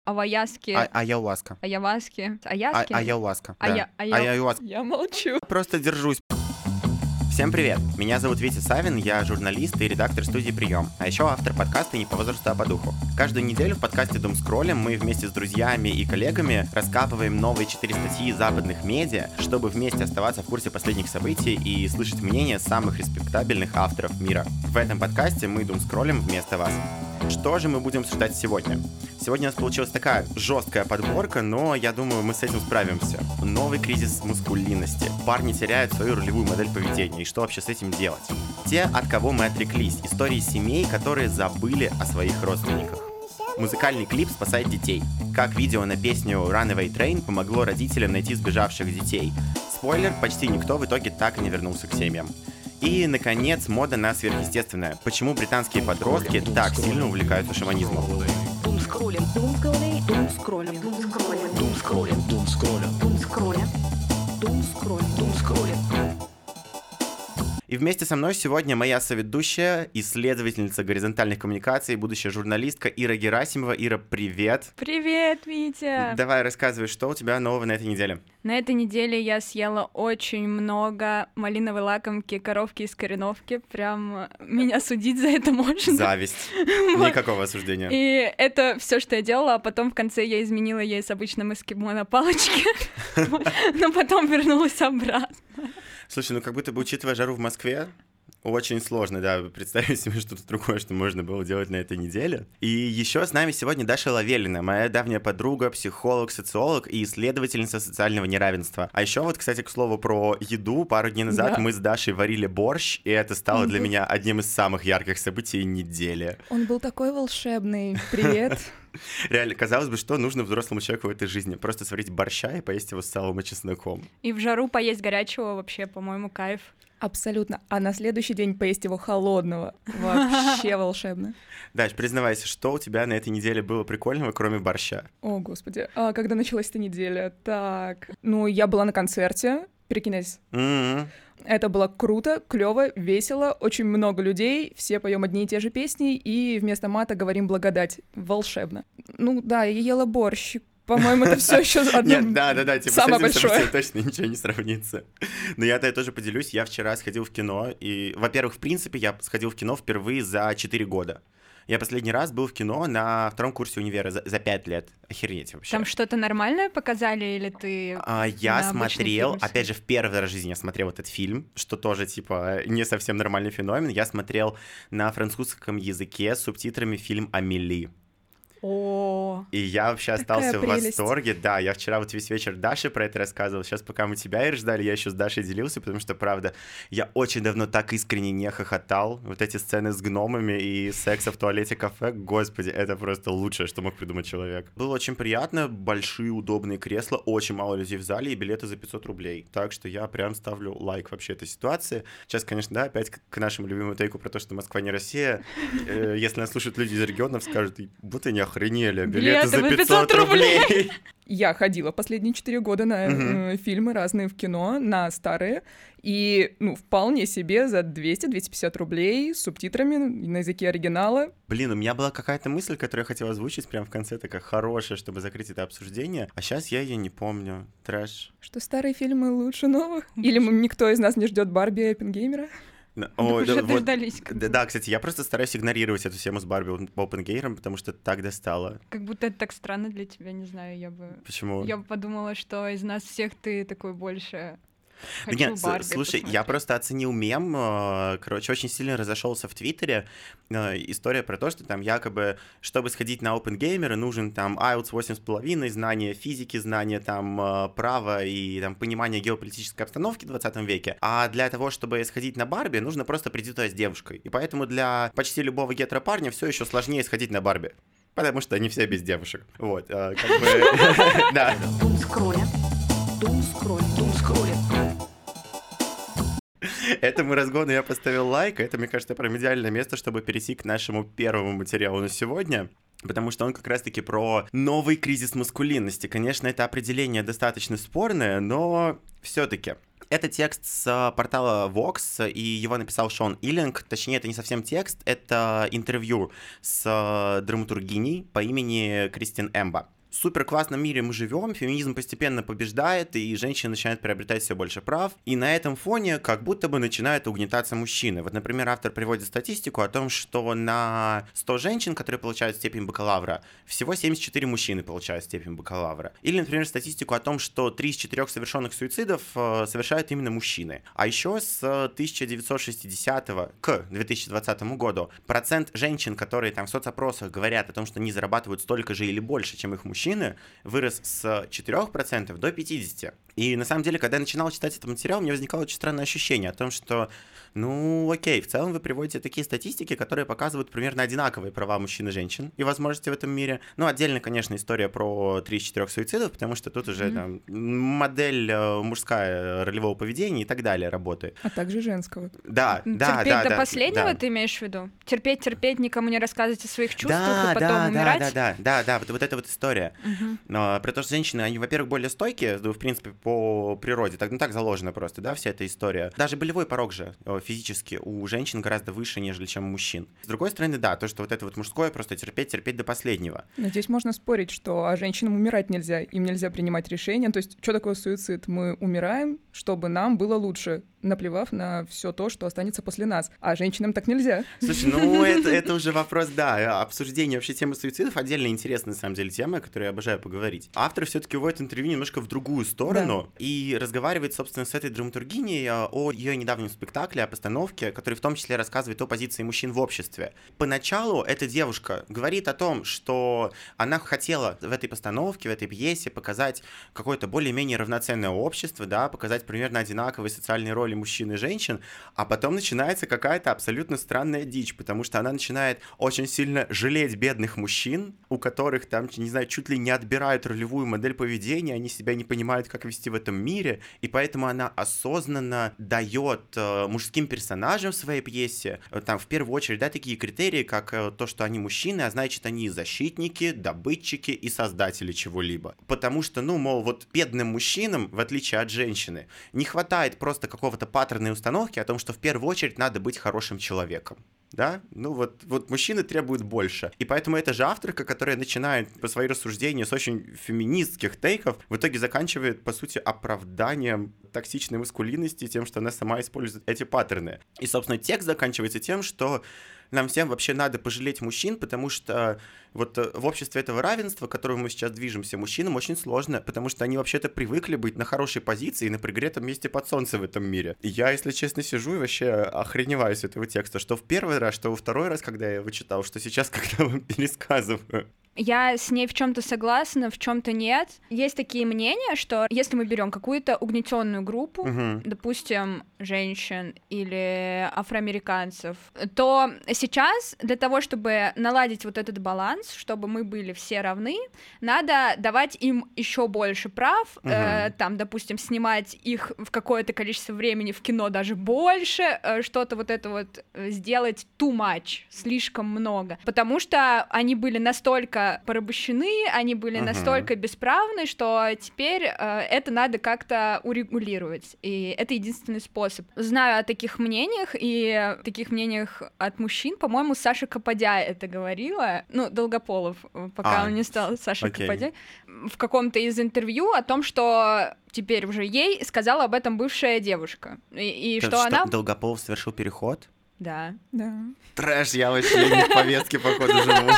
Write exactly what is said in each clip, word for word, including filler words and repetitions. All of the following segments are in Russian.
Аваяски. А- Аяуаска. Аяваски. А- Аяски? Аяуаска, да. Ая- ая- Аяуаска. Я молчу. Просто держусь. Всем привет! Меня зовут Витя Савин, я журналист и редактор студии «Прием», а еще автор подкаста «Не по возрасту, а по духу». Каждую неделю в подкасте «Думскроллим» мы вместе с друзьями и коллегами раскапываем новые четыре статьи западных медиа, чтобы вместе оставаться в курсе последних событий и слышать мнения самых респектабельных авторов мира. В этом подкасте мы «Думскроллим» вместо вас. Что же мы будем обсуждать сегодня? Сегодня у нас получилась такая жесткая подборка, но я думаю, мы с этим справимся. Новый кризис маскулинности. Парни теряют свою ролевую модель поведения. И что вообще с этим делать? Те, от кого мы отреклись. Истории семей, которые забыли о своих родственниках. Музыкальный клип спасает детей. Как видео на песню Runaway Train помогло родителям найти сбежавших детей. Спойлер, почти никто в итоге так и не вернулся к семьям. И, наконец, мода на сверхъестественное. Почему британские подростки так сильно увлекаются шаманизмом? Думскроллим, думскроллим, думскроллим, думскроллим, думскроллим, думскроллим, думскроллим, думскроллим, думскроллим. И вместе со мной сегодня моя соведущая, исследовательница горизонтальных коммуникаций, будущая журналистка Ира Герасимова. Ира, привет! Привет, Витя! Давай, рассказывай, что у тебя нового на этой неделе? На этой неделе я съела очень много малиновой лакомки, коровки из Кореновки. Прям меня судить за это можно. Зависть. Никакого осуждения. И это все, что я делала, а потом в конце я изменила ей с обычным эскимо на палочке, но потом вернулась обратно. Слушай, ну как будто бы, учитывая жару в Москве, очень сложно, да, представить себе что-то другое, что можно было делать на этой неделе. И еще с нами сегодня Даша Лавелина, моя давняя подруга, психолог, социолог и исследовательница социального неравенства. А еще вот, кстати, к слову про еду, пару дней назад Да. мы с Дашей варили борщ, и это стало для меня одним из самых ярких событий недели. Он был такой волшебный. Привет. Реально, казалось бы, что нужно взрослому человеку в этой жизни? Просто сварить борща и поесть его с салом и чесноком. И в жару поесть горячего вообще, по-моему, кайф. Абсолютно. А на следующий день поесть его холодного. Вообще волшебно. Даш, признавайся, что у тебя на этой неделе было прикольного, кроме борща? О, господи. А когда началась эта неделя? Так. Ну, я была на концерте. Прикинь, М-м. это было круто, клево, весело, очень много людей, все поем одни и те же песни, и вместо мата говорим благодать. Волшебно. Ну да, я ела борщ. По-моему, это все еще одно. Нет, да, да, да, типа самое с этим большое. событием точно ничего не сравнится. Но я-то я тоже поделюсь. Я вчера сходил в кино, и, во-первых, в принципе, я сходил в кино впервые за четыре года. Я последний раз был в кино на втором курсе универа за, за пять лет. Охереть вообще. Там что-то нормальное показали, или ты... А, я на обычный смотрел, фильм опять же, в первый раз в жизни я смотрел этот фильм, что тоже, типа, не совсем нормальный феномен. Я смотрел на французском языке с субтитрами фильм «Амели». О, И я вообще Такая остался в прелесть. восторге. Да, я вчера вот весь вечер Даше про это рассказывал. Сейчас, пока мы тебя и ждали, я еще с Дашей делился, потому что, правда, я очень давно так искренне не хохотал. Вот эти сцены с гномами и секса в туалете кафе, господи, это просто лучшее, что мог придумать человек. Было очень приятно, большие удобные кресла, очень мало людей в зале и билеты за пятьсот рублей. Так что я прям ставлю лайк вообще этой ситуации. Сейчас, конечно, да, опять к, к нашему любимому тейку про то, что Москва не Россия. Э, если нас слушают люди из регионов, скажут, вот они охренели, билеты за пятьсот рублей. Я ходила последние четыре года на э, фильмы разные в кино, на старые, и, ну, вполне себе за двести-двести пятьдесят рублей с субтитрами на языке оригинала. Блин, у меня была какая-то мысль, которую я хотел озвучить прямо в конце, такая хорошая, чтобы закрыть это обсуждение, а сейчас я ее не помню. Трэш. Что старые фильмы лучше новых? Или м- никто из нас не ждет Барби и Оппенгеймера? Да, так ой, уже да, вот- дождались. да, да, кстати, я просто стараюсь игнорировать эту тему с Барби Оппенгеймером, потому что так достало. Как будто это так странно для тебя, не знаю, я бы... Почему? Я бы подумала, что из нас всех ты такой больше... Да Хочу нет, с- Барби слушай, я посмотреть. просто оценил мем, э, короче, очень сильно разошелся в Твиттере, э, история про то, что там якобы, чтобы сходить на Оппенгеймера, нужен там айлтс восемь с половиной, знание физики, знание там э, права и там понимание геополитической обстановки в двадцатом веке, а для того, чтобы сходить на Барби, нужно просто прийти туда с девушкой, и поэтому для почти любого гетеропарня все еще сложнее сходить на Барби. Потому что они все без девушек. Вот, э, как бы... Да. Думскроллим, думскроллим, думскроллим. Этому разгону я поставил лайк. Это, мне кажется, прям идеальное место, чтобы перейти к нашему первому материалу на сегодня. Потому что он как раз-таки про новый кризис маскулинности. Конечно, это определение достаточно спорное, но все-таки Это текст с портала Vox, и его написал Шон Иллинг. Точнее, это не совсем текст, это интервью с драматургиней по имени Кристин Эмба. В супер классном мире мы живем, феминизм постепенно побеждает, и женщины начинают приобретать все больше прав, и на этом фоне как будто бы начинают угнетаться мужчины. Вот, например, автор приводит статистику о том, что на сто женщин, которые получают степень бакалавра, всего семьдесят четыре мужчины получают степень бакалавра. Или, например, статистику о том, что три из четырех совершенных суицидов совершают именно мужчины. А еще с тысяча девятьсот шестидесятого к две тысячи двадцатому году процент женщин, которые там в соцопросах говорят о том, что они зарабатывают столько же или больше, чем их мужчины, вырос с четырёх процентов до пятидесяти процентов. И на самом деле, когда я начинал читать этот материал, у меня возникало очень странное ощущение о том, что, ну, окей, в целом вы приводите такие статистики, которые показывают примерно одинаковые права мужчин и женщин и возможности в этом мире. Ну, отдельно, конечно, история про три из четырех суицидов, потому что тут уже mm-hmm. там, модель мужская ролевого поведения и так далее работает. А также женского. Да, да, терпеть да. до да, последнего да. ты имеешь в виду? Терпеть, терпеть, никому не рассказывать о своих чувствах да, и потом да, умирать? Да, да, да, да, да, вот, вот эта вот история. Uh-huh. Но, про то, что женщины, они, во-первых, более стойкие, в принципе, по природе, так, ну так заложено просто, да, вся эта история. Даже болевой порог же физически у женщин гораздо выше, нежели чем у мужчин. С другой стороны, да, то, что вот это вот мужское, просто терпеть, терпеть до последнего. Но здесь можно спорить, что а женщинам умирать нельзя, им нельзя принимать решения. То есть, что такое суицид? Мы умираем, чтобы нам было лучше, наплевав на все то, что останется после нас. А женщинам так нельзя. Слушай, ну это, это уже вопрос, да, обсуждение вообще темы суицидов, отдельно интересная, на самом деле, тема, о которой я обожаю поговорить. Автор все-таки уводит интервью немножко в другую сторону, да. и разговаривает, собственно, с этой драматургиней о ее недавнем спектакле, о постановке, который в том числе рассказывает о позиции мужчин в обществе. Поначалу эта девушка говорит о том, что она хотела в этой постановке, в этой пьесе показать какое-то более-менее равноценное общество, да, показать примерно одинаковые социальные роли мужчин и женщин, а потом начинается какая-то абсолютно странная дичь, потому что она начинает очень сильно жалеть бедных мужчин, у которых там, не знаю, чуть ли не отбирают ролевую модель поведения, они себя не понимают, как вести в этом мире, и поэтому она осознанно дает э, мужским персонажам в своей пьесе, э, там, в первую очередь, да, такие критерии, как э, то, что они мужчины, а значит, они защитники, добытчики и создатели чего-либо. Потому что, ну, мол, вот бедным мужчинам, в отличие от женщины, не хватает просто какого-то паттерной установки о том, что в первую очередь надо быть хорошим человеком. Да? Ну вот, вот мужчины требуют больше. И поэтому эта же авторка, которая начинает по свои рассуждения с очень феминистских тейков, в итоге заканчивает, по сути, оправданием токсичной маскулинности тем, что она сама использует эти паттерны. И, собственно, текст заканчивается тем, что нам всем вообще надо пожалеть мужчин, потому что вот в обществе этого равенства, к которому мы сейчас движемся, мужчинам очень сложно, потому что они вообще-то привыкли быть на хорошей позиции и на пригретом месте под солнцем в этом мире. И я, если честно, сижу и вообще охреневаю с этого текста, что в первый раз, что во второй раз, когда я его читал, что сейчас, когда вам пересказываю. Я с ней в чем-то согласна, в чем-то нет. Есть такие мнения, что если мы берем какую-то угнетенную группу, uh-huh. допустим, женщин или афроамериканцев, то сейчас для того, чтобы наладить вот этот баланс, чтобы мы были все равны, надо давать им еще больше прав, uh-huh. э, там, допустим, снимать их в какое-то количество времени в кино даже больше, э, что-то вот это вот сделать too much, слишком много, потому что они были настолько порабощены, они были uh-huh. настолько бесправны, что теперь э, это надо как-то урегулировать, и это единственный способ. Знаю о таких мнениях, и таких мнениях от мужчин, по-моему, Саша Каподя это говорила, ну, Долгополов, пока а, он не стал Сашей okay. Каподя, в каком-то из интервью о том, что теперь уже ей сказала об этом бывшая девушка, и, и что, что она... Долгополов совершил переход? Да. Да. Трэш, я вообще не в повестке, походу, живу.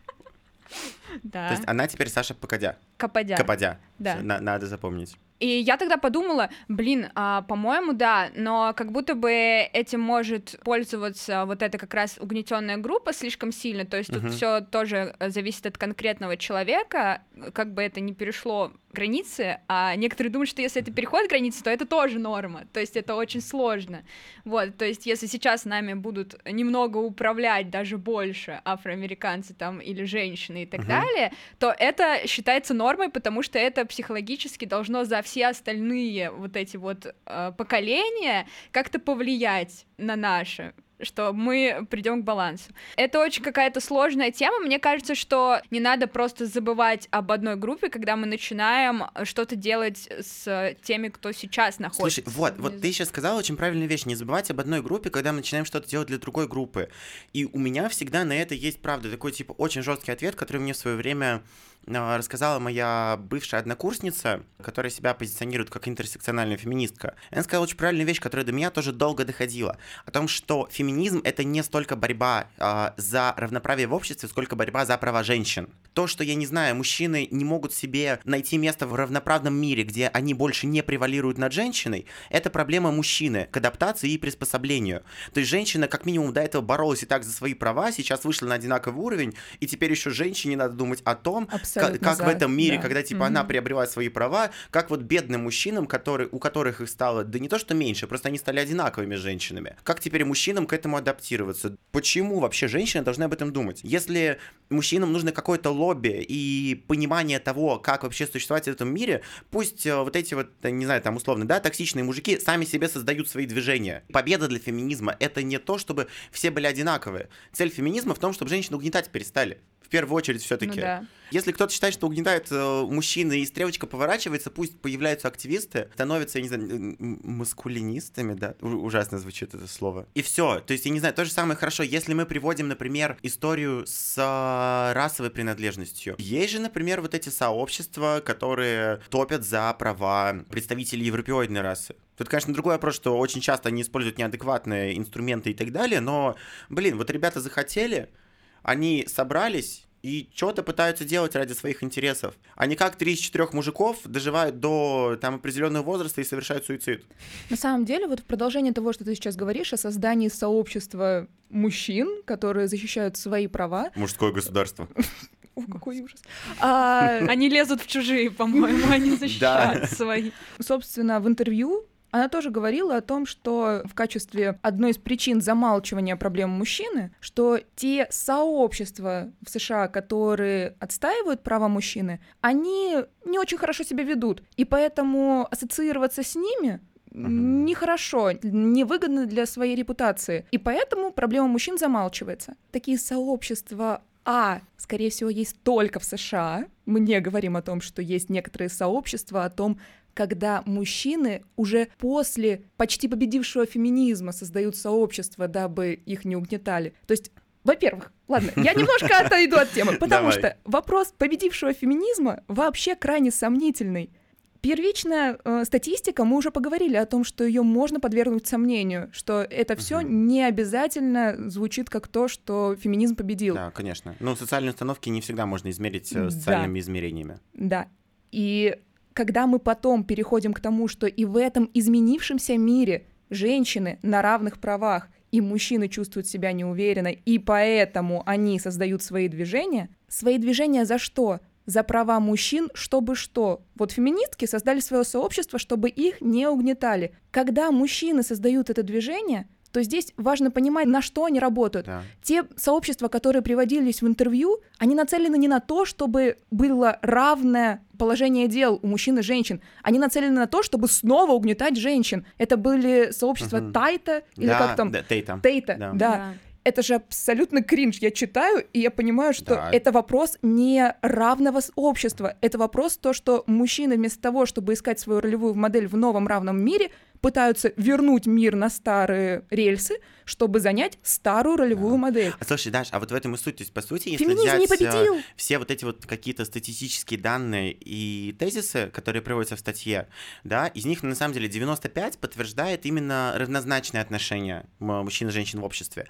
Да. То есть она теперь Саша Каподя. Каподя. Каподя. Да. Всё, на- надо запомнить. И я тогда подумала, блин, а, по-моему, да, но как будто бы этим может пользоваться вот эта как раз угнетенная группа слишком сильно, то есть uh-huh. тут все тоже зависит от конкретного человека, как бы это ни перешло границы, а некоторые думают, что если это переходит границы, то это тоже норма, то есть это очень сложно, вот, то есть если сейчас нами будут немного управлять, даже больше афроамериканцы там или женщины и так uh-huh. далее, то это считается нормой, потому что это психологически должно за все остальные вот эти вот э, поколения как-то повлиять на наше. что мы придем к балансу. Это очень какая-то сложная тема. Мне кажется, что не надо просто забывать об одной группе, когда мы начинаем что-то делать с теми, кто сейчас находится. Слушай, вот, вот ты сейчас сказала очень правильную вещь. Не забывать об одной группе, когда мы начинаем что-то делать для другой группы. И у меня всегда на это есть, правда, такой, типа, очень жесткий ответ, который мне в свое время рассказала моя бывшая однокурсница, которая себя позиционирует как интерсекциональная феминистка. Она сказала очень правильную вещь, которая до меня тоже долго доходила, о том, что феминизм — это не столько борьба э, за равноправие в обществе, сколько борьба за права женщин. То, что, я не знаю, мужчины не могут себе найти место в равноправном мире, где они больше не превалируют над женщиной, это проблема мужчины к адаптации и приспособлению. То есть женщина как минимум до этого боролась и так за свои права, сейчас вышла на одинаковый уровень, и теперь еще женщине надо думать о том, как, как в этом мире, да. когда типа mm-hmm. она приобрела свои права, как вот бедным мужчинам, которые, у которых их стало, да не то что меньше, просто они стали одинаковыми с женщинами. Как теперь мужчинам к этому адаптироваться? Почему вообще женщины должны об этом думать? Если мужчинам нужно какое-то лобби и понимание того, как вообще существовать в этом мире, пусть вот эти вот, не знаю, там условно, да, токсичные мужики сами себе создают свои движения. Победа для феминизма — это не то, чтобы все были одинаковые. Цель феминизма в том, чтобы женщины угнетать перестали. В первую очередь все-таки. Ну, да. Если кто-то считает, что угнетает э, мужчины и стрелочка поворачивается, пусть появляются активисты, становятся, я не знаю, маскулинистами, да, У- ужасно звучит это слово. И все. То есть, я не знаю, то же самое хорошо, если мы приводим, например, историю с э, расовой принадлежностью. Есть же, например, вот эти сообщества, которые топят за права представителей европеоидной расы. Тут, конечно, другой вопрос, что очень часто они используют неадекватные инструменты и так далее, но, блин, вот ребята захотели, они собрались и что-то пытаются делать ради своих интересов. Они как три из четырех мужиков доживают до там определенного возраста и совершают суицид. На самом деле, вот в продолжение того, что ты сейчас говоришь, о создании сообщества мужчин, которые защищают свои права. Мужское государство. О, какой ужас. Они лезут в чужие, по-моему, они защищают свои. Собственно, в интервью она тоже говорила о том, что в качестве одной из причин замалчивания проблем мужчины, что те сообщества в США, которые отстаивают права мужчины, они не очень хорошо себя ведут, и поэтому ассоциироваться с ними нехорошо, невыгодно для своей репутации, и поэтому проблема мужчин замалчивается. Такие сообщества, а, скорее всего, есть только в США. Мы не говорим о том, что есть некоторые сообщества, о том, когда мужчины уже после почти победившего феминизма создают сообщество, дабы их не угнетали. То есть, во-первых, ладно, я немножко отойду от темы, потому что вопрос победившего феминизма вообще крайне сомнительный. Первичная э, статистика, мы уже поговорили о том, что ее можно подвергнуть сомнению, что это все uh-huh. не обязательно звучит как то, что феминизм победил. Да, конечно. Но социальные установки не всегда можно измерить э, социальными да. измерениями. Да. И когда мы потом переходим к тому, что и в этом изменившемся мире женщины на равных правах, и мужчины чувствуют себя неуверенно, и поэтому они создают свои движения, свои движения за что? За права мужчин, чтобы что? Вот феминистки создали свое сообщество, чтобы их не угнетали. Когда мужчины создают это движение, то здесь важно понимать, на что они работают. Да. Те сообщества, которые приводились в интервью, они нацелены не на то, чтобы было равное положение дел у мужчин и женщин. Они нацелены на то, чтобы снова угнетать женщин. Это были сообщества угу. Тайта, или да, как там? Да, Тейта. Тейта, да. да. да. Это же абсолютно кринж. Я читаю, и я понимаю, что да. это вопрос не равного общества. Это вопрос то, что мужчины вместо того, чтобы искать свою ролевую модель в новом равном мире, пытаются вернуть мир на старые рельсы, чтобы занять старую ролевую да. модель. А, слушай, Даш, а вот в этом и суть. То есть, по сути, если феминизм взять не победил. все вот эти вот какие-то статистические данные и тезисы, которые приводятся в статье, да, из них, на самом деле, девяносто пять подтверждает именно равнозначное отношение мужчин и женщин в обществе.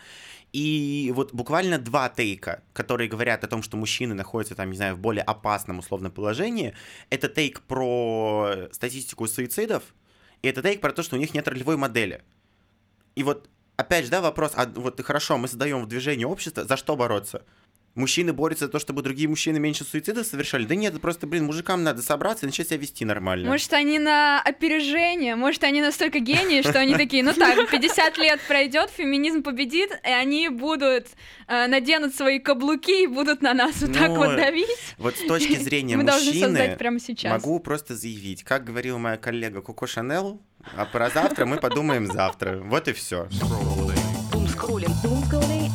И вот буквально два тейка, которые говорят о том, что мужчины находятся там, не знаю, в более опасном условном положении, это тейк про статистику суицидов, и это тейк про то, что у них нет ролевой модели. И вот, опять же, да, вопрос, а вот хорошо, мы создаем в движении общества, за что бороться? Мужчины борются за то, чтобы другие мужчины меньше суицидов совершали? Да нет, это просто, блин, мужикам надо собраться и начать себя вести нормально. Может, они на опережение, может, они настолько гении, что они такие, ну так, пятьдесят лет пройдет, феминизм победит, и они будут, э, наденут свои каблуки и будут на нас вот так вот давить. Вот с точки зрения мужчины, мы должны создать прямо сейчас. Могу просто заявить, как говорила моя коллега Коко Шанель, а про завтра мы подумаем завтра. Вот и все. Думскроллим. Думскроллим.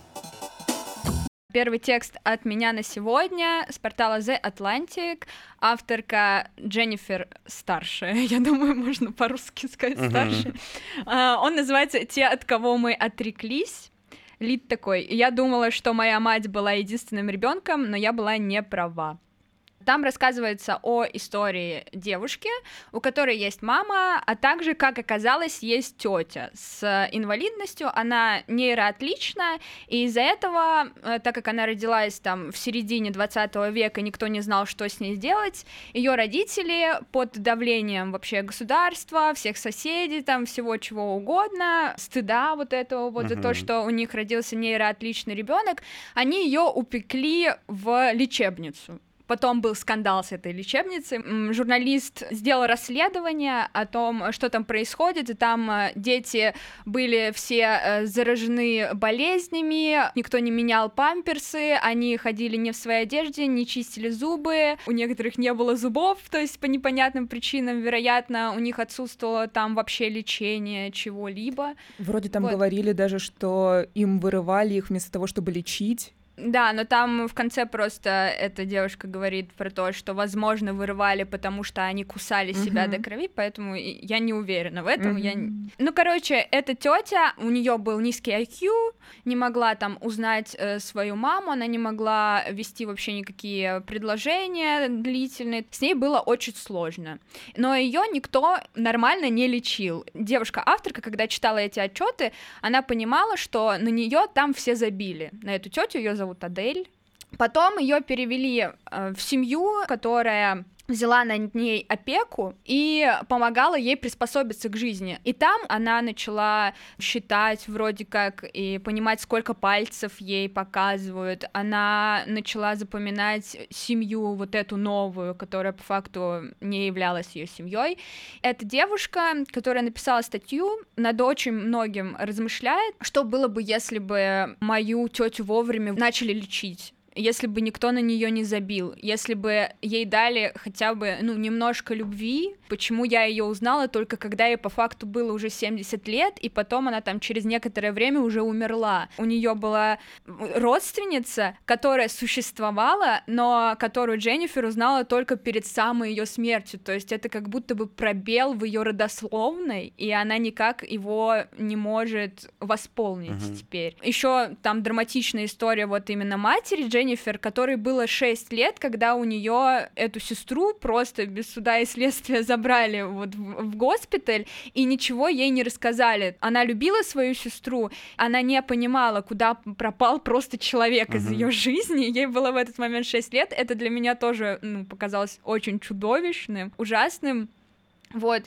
Первый текст от меня на сегодня с портала The Atlantic, авторка Дженнифер Старшая, я думаю, можно по-русски сказать старше. Uh-huh. Он называется «Те, от кого мы отреклись». Лид такой: «Я думала, что моя мать была единственным ребенком, но я была не права». Там рассказывается о истории девушки, у которой есть мама, а также, как оказалось, есть тетя с инвалидностью. Она нейроотлична, и из-за этого, так как она родилась там в середине двадцатого века, никто не знал, что с ней сделать, ее родители под давлением вообще государства, всех соседей, там всего чего угодно, стыда вот этого вот uh-huh. за то, что у них родился нейроотличный ребенок, они ее упекли в лечебницу. Потом был скандал с этой лечебницей. Журналист сделал расследование о том, что там происходит, и там дети были все заражены болезнями, никто не менял памперсы, они ходили не в своей одежде, не чистили зубы, у некоторых не было зубов, то есть по непонятным причинам, вероятно, у них отсутствовало там вообще лечение чего-либо. Вроде там вот. Говорили даже, что им вырывали их вместо того, чтобы лечить. Да, но там в конце просто эта девушка говорит про то, что, возможно, вырывали, потому что они кусали uh-huh. себя до крови, поэтому я не уверена в этом. Uh-huh. Я... Ну, короче, эта тетя, у нее был низкий ай кью, не могла там узнать э, свою маму, она не могла вести вообще никакие предложения длительные, с ней было очень сложно. Но ее никто нормально не лечил. Девушка-авторка, когда читала эти отчеты, она понимала, что на нее там все забили, на эту тетю, ее зовут Адель. Потом ее перевели э, в семью, которая взяла над ней опеку и помогала ей приспособиться к жизни. И там она начала считать вроде как и понимать, сколько пальцев ей показывают. Она начала запоминать семью вот эту новую, которая по факту не являлась ее семьей. Эта девушка, которая написала статью, над очень многим размышляет, что было бы, если бы мою тетю вовремя начали лечить. Если бы никто на нее не забил, если бы ей дали хотя бы, ну, немножко любви, почему я ее узнала только когда ей по факту было уже семьдесят лет, и потом она там через некоторое время уже умерла. У нее была родственница, которая существовала, но которую Дженнифер узнала только перед самой ее смертью, то есть это как будто бы пробел в ее родословной, и она никак его не может восполнить uh-huh. теперь. Еще там драматичная история вот именно матери Дженнифер, которой было шесть лет, когда у нее эту сестру просто без суда и следствия забрали вот в, в госпиталь, и ничего ей не рассказали. Она любила свою сестру, она не понимала, куда пропал просто человек uh-huh. из ее жизни, ей было в этот момент шесть лет, это для меня тоже, ну, показалось очень чудовищным, ужасным, вот,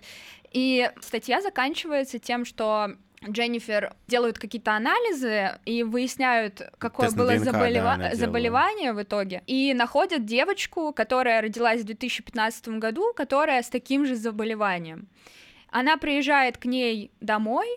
и статья заканчивается тем, что Дженнифер делают какие-то анализы и выясняют, какое Тест было ДНК, заболева... да, заболевание в итоге, и находят девочку, которая родилась в две тысячи пятнадцатом году, которая с таким же заболеванием. Она приезжает к ней домой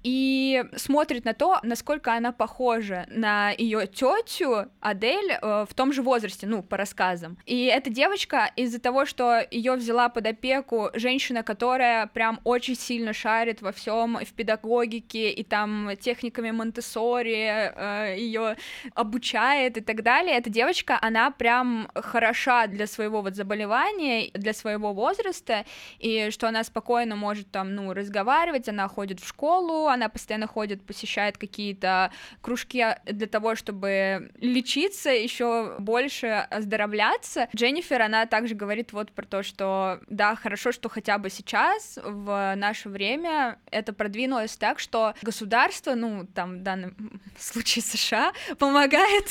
и смотрит на то, насколько она похожа на ее тетю Адель э, в том же возрасте, ну, по рассказам. И эта девочка, из-за того, что ее взяла под опеку женщина, которая прям очень сильно шарит во всем, в педагогике, и там техниками Монтессори э, ее обучает и так далее, эта девочка, она прям хороша для своего вот заболевания, для своего возраста, и что она спокойно может там, ну, разговаривать, она ходит в школу, она постоянно ходит, посещает какие-то кружки для того, чтобы лечиться, еще больше оздоровляться. Дженнифер, она также говорит вот про то, что да, хорошо, что хотя бы сейчас, в наше время, это продвинулось так, что государство, ну, там, в данном случае США, помогает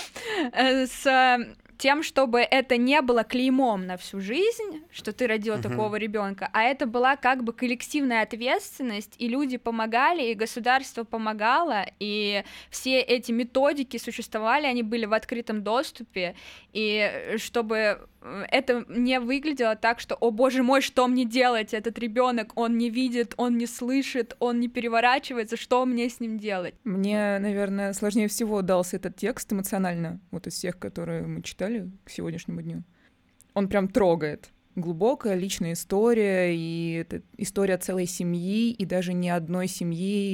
с тем, чтобы это не было клеймом на всю жизнь, что ты родила uh-huh. такого ребенка, а это была как бы коллективная ответственность, и люди помогали, и государство помогало, и все эти методики существовали, они были в открытом доступе, и чтобы это не выглядело так, что, о боже мой, что мне делать, этот ребенок, он не видит, он не слышит, он не переворачивается, что мне с ним делать? Мне, наверное, сложнее всего дался этот текст эмоционально, вот из всех, которые мы читали к сегодняшнему дню. Он прям трогает. Глубокая личная история, и это история целой семьи, и даже не одной семьи,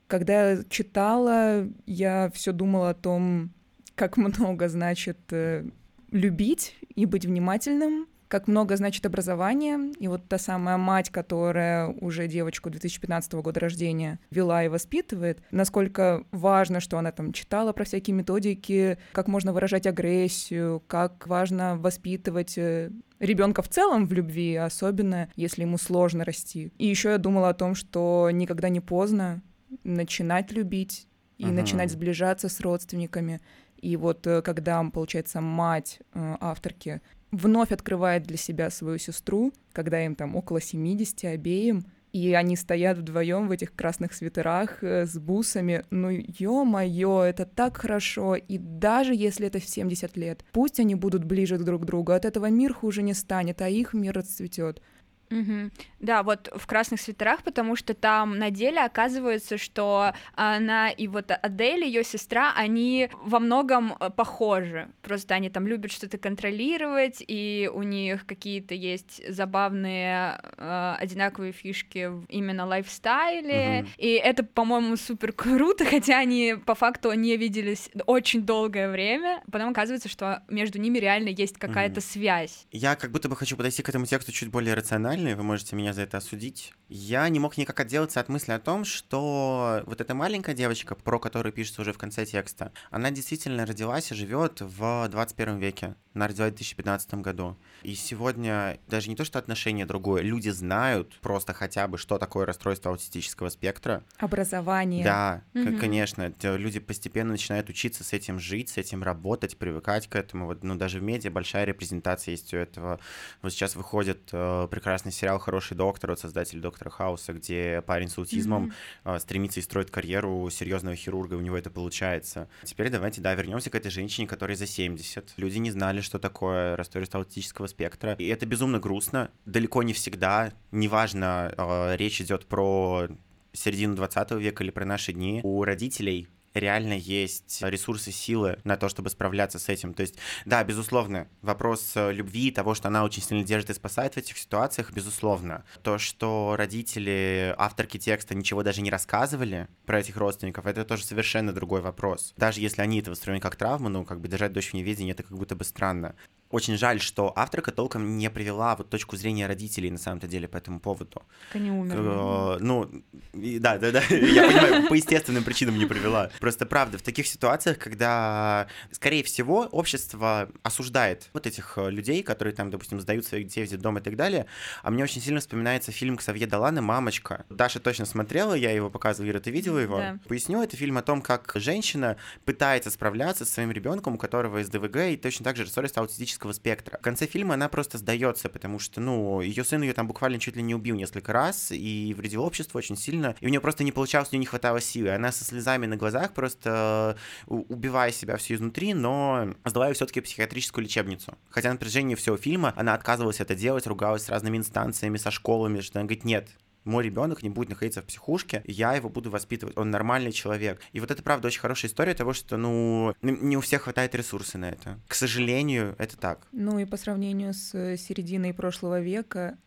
Когда я читала, я все думала о том, как много значит э, любить и быть внимательным, как много значит образование. И вот та самая мать, которая уже девочку две тысячи пятнадцатого года рождения вела и воспитывает, насколько важно, что она там читала про всякие методики, как можно выражать агрессию, как важно воспитывать ребенка в целом в любви, особенно если ему сложно расти. И еще я думала о том, что никогда не поздно начинать любить и uh-huh. начинать сближаться с родственниками. И вот когда, получается, мать э, авторки вновь открывает для себя свою сестру, когда им там около семидесяти обеим, и они стоят вдвоем в этих красных свитерах э, с бусами, ну ё-моё, это так хорошо, и даже если это в семьдесят лет, пусть они будут ближе друг к другу, от этого мир хуже не станет, а их мир расцветет. Угу. Да, вот в красных свитерах, потому что там на деле оказывается, что она и вот Адель, ее сестра, они во многом похожи. Просто они там любят что-то контролировать, и у них какие-то есть забавные э, одинаковые фишки именно в лайфстайле. Угу. И это, по-моему, супер круто, хотя они по факту не виделись очень долгое время. Потом оказывается, что между ними реально есть какая-то угу. связь. Я как будто бы хочу подойти к этому тексту чуть более рационально. Вы можете меня за это осудить. Я не мог никак отделаться от мысли о том, что вот эта маленькая девочка, про которую пишется уже в конце текста, она действительно родилась и живет в двадцать первом веке. Она родилась в две тысячи пятнадцатом году. И сегодня даже не то, что отношение другое, люди знают просто хотя бы, что такое расстройство аутистического спектра. Образование. Да, mm-hmm. к- конечно. Люди постепенно начинают учиться с этим жить, с этим работать, привыкать к этому. Вот, ну, даже в медиа большая репрезентация есть у этого. Вот сейчас выходит э, прекрасный сериал «Хороший доктор» от создателя «Доктора Хауса», где парень с аутизмом mm-hmm. э, стремится и строит карьеру серьезного хирурга, у него это получается. Теперь давайте, да, вернемся к этой женщине, которой за семьдесят. Люди не знали, что такое расстройство аутистического спектра. И это безумно грустно. Далеко не всегда, неважно, э, речь идет про середину двадцатого века или про наши дни, у родителей реально есть ресурсы, силы на то, чтобы справляться с этим. То есть, да, безусловно, вопрос любви, того, что она очень сильно держит и спасает в этих ситуациях, безусловно. То, что родители, авторки текста ничего даже не рассказывали про этих родственников, это тоже совершенно другой вопрос. Даже если они это воспринимают как травму, ну, как бы держать дочь в неведении, это как будто бы странно. Очень жаль, что авторка толком не привела вот точку зрения родителей на самом-то деле по этому поводу. Как они умерли. Ну, да, да, да, я понимаю, по естественным причинам не привела. Просто правда, в таких ситуациях, когда, скорее всего, общество осуждает вот этих людей, которые там, допустим, сдают своих детей в детдом и так далее, а мне очень сильно вспоминается фильм Ксавье Долана «Мамочка». Даша точно смотрела, я его показывала, Ира, ты видела его? Да. Поясню, это фильм о том, как женщина пытается справляться со своим ребенком, у которого эс дэ вэ гэ и точно так же расстройство аутистического спектра. В конце фильма она просто сдается, потому что, ну, ее сын ее там буквально чуть ли не убил несколько раз и вредил обществу очень сильно, и у нее просто не получалось, у нее не хватало силы. Она со слезами на глазах, просто убивая себя все изнутри, но сдавая все-таки в психиатрическую лечебницу. Хотя на протяжении всего фильма она отказывалась это делать, ругалась с разными инстанциями, со школами, что она говорит, нет, мой ребенок не будет находиться в психушке, я его буду воспитывать, он нормальный человек. И вот это, правда, очень хорошая история того, что, ну, не у всех хватает ресурсов на это. К сожалению, это так. Ну и по сравнению с серединой прошлого века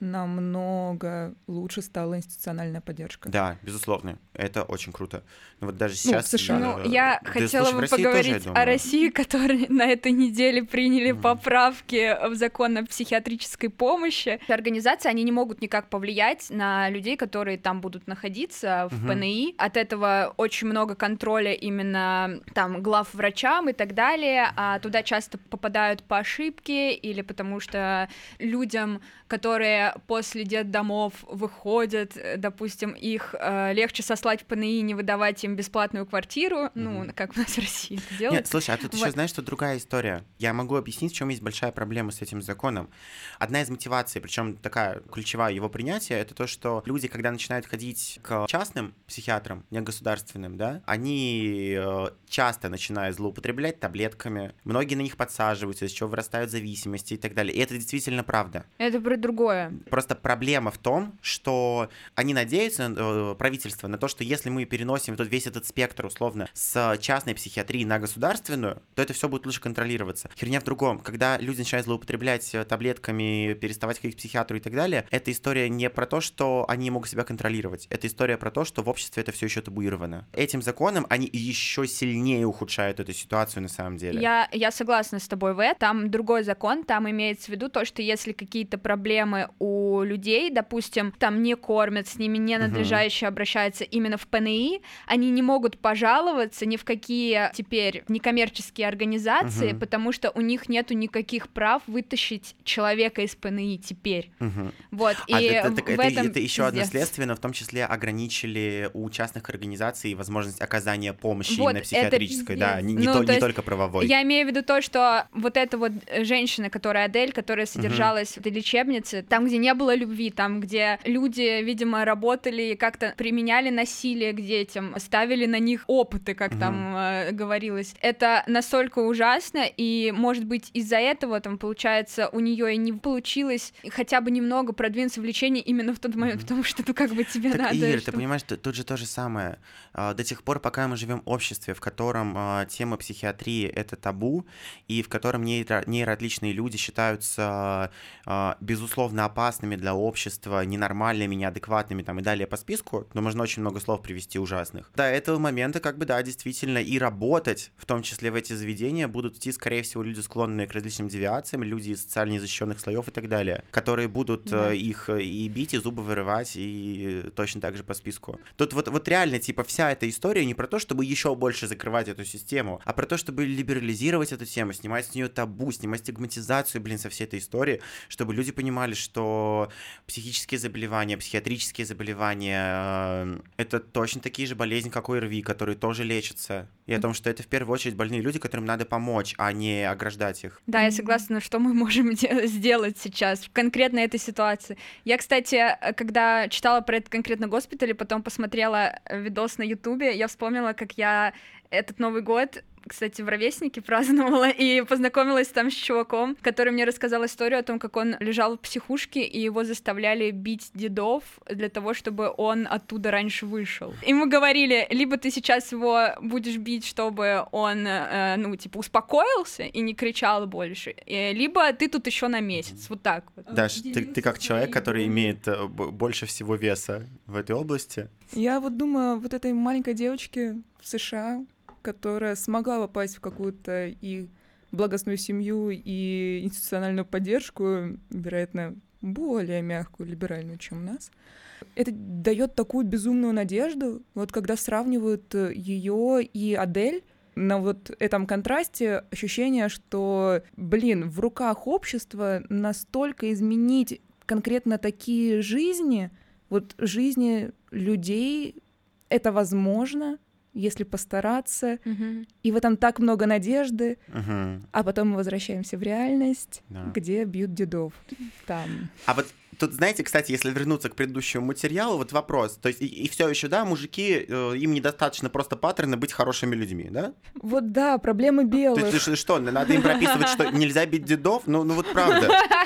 намного лучше стала институциональная поддержка. Да, безусловно, это очень круто. Но вот даже сейчас... Ну, в США. Ну, я да, хотела слушай, бы России поговорить тоже, о России, которые на этой неделе приняли mm. поправки в закон о психиатрической помощи. Организации, они не могут никак повлиять на людей, которые там будут находиться в uh-huh. ПНИ. От этого очень много контроля именно там глав врачам и так далее, а туда часто попадают по ошибке или потому что людям, которые после детдомов выходят, допустим, их э, легче сослать в ПНИ и не выдавать им бесплатную квартиру, uh-huh. ну, как у нас в России это делают. Нет, слушай, а тут вот. еще знаешь, что другая история. Я могу объяснить, в чем есть большая проблема с этим законом. Одна из мотиваций, причем такая ключевая его принятия, это то, что люди, когда начинают ходить к частным психиатрам, не государственным, да, они э, часто начинают злоупотреблять таблетками, многие на них подсаживаются, из чего вырастают зависимости и так далее. И это действительно правда. Это про другое. Просто проблема в том, что они надеются, э, правительство, на то, что если мы переносим тут весь этот спектр, условно, с частной психиатрии на государственную, то это все будет лучше контролироваться. Херня в другом. Когда люди начинают злоупотреблять таблетками, переставать ходить к психиатру и так далее, эта история не про то, что они они могут себя контролировать. Это история про то, что в обществе это все еще табуировано. Этим законом они еще сильнее ухудшают эту ситуацию на самом деле. Я, я согласна с тобой в этом. Там другой закон, там имеется в виду то, что если какие-то проблемы у людей, допустим, там не кормят, с ними ненадлежающе uh-huh. обращаются именно в ПНИ, они не могут пожаловаться ни в какие теперь некоммерческие организации, uh-huh. потому что у них нету никаких прав вытащить человека из ПНИ теперь. Uh-huh. Вот, а и это, в это, этом это еще одно следствие, но в том числе ограничили у частных организаций возможность оказания помощи вот, именно психиатрической, да, не, не, ну, то, то не есть, только правовой. Я имею в виду то, что вот эта вот женщина, которая Адель, которая содержалась uh-huh. в этой лечебнице, там, где не было любви, там, где люди, видимо, работали и как-то применяли насилие к детям, ставили на них опыты, как uh-huh. там э, говорилось. Это настолько ужасно, и, может быть, из-за этого, там, получается, у нее и не получилось хотя бы немного продвинуться в лечении именно в тот момент, uh-huh. потому что, ну, как бы тебе так, надо... Ир, чтобы... ты понимаешь, тут же то же самое. До тех пор, пока мы живем в обществе, в котором тема психиатрии — это табу, и в котором нейро- нейроотличные люди считаются, безусловно, опасными для общества, ненормальными, неадекватными, там, и далее по списку, но можно очень много слов привести ужасных. До этого момента, как бы, да, действительно, и работать, в том числе в эти заведения, будут идти, скорее всего, люди, склонные к различным девиациям, люди из социально незащищенных слоев и так далее, которые будут да. их и бить, и зубы вырывать, и точно так же по списку. Тут вот, вот реально, типа, вся эта история не про то, чтобы еще больше закрывать эту систему, а про то, чтобы либерализировать эту тему, снимать с нее табу, снимать стигматизацию, блин, со всей этой истории, чтобы люди понимали, что психические заболевания, психиатрические заболевания — это точно такие же болезни, как ОРВИ, которые тоже лечатся. И о том, что это в первую очередь больные люди, которым надо помочь, а не ограждать их. Да, я согласна, что мы можем де- сделать сейчас в конкретно этой ситуации. Я, кстати, когда читала про этот конкретно госпиталь, потом посмотрела видос на Ютубе, я вспомнила, как я этот Новый год, кстати, в Ровеснике праздновала, и познакомилась там с чуваком, который мне рассказал историю о том, как он лежал в психушке, и его заставляли бить дедов для того, чтобы он оттуда раньше вышел. И мы говорили, либо ты сейчас его будешь бить, чтобы он, э, ну, типа, успокоился и не кричал больше, либо ты тут еще на месяц, вот так вот. Даш, ты, ты как человек, который имеет больше всего веса в этой области. Я вот думаю, вот этой маленькой девочке в США, которая смогла попасть в какую-то и благостную семью, и институциональную поддержку, вероятно, более мягкую, либеральную, чем у нас. Это дает такую безумную надежду, вот когда сравнивают ее и Адель, на вот этом контрасте ощущение, что, блин, в руках общества настолько изменить конкретно такие жизни, вот жизни людей, это возможно, если постараться, uh-huh. и в этом так много надежды, uh-huh. а потом мы возвращаемся в реальность, yeah. где бьют дедов. Там. А вот тут, знаете, кстати, если вернуться к предыдущему материалу, вот вопрос, то есть и, и все еще, да, мужики, э, им недостаточно просто паттерна быть хорошими людьми, да? Вот да, проблемы белых. То есть что, надо им прописывать, что нельзя бить дедов? Ну, ну вот правда.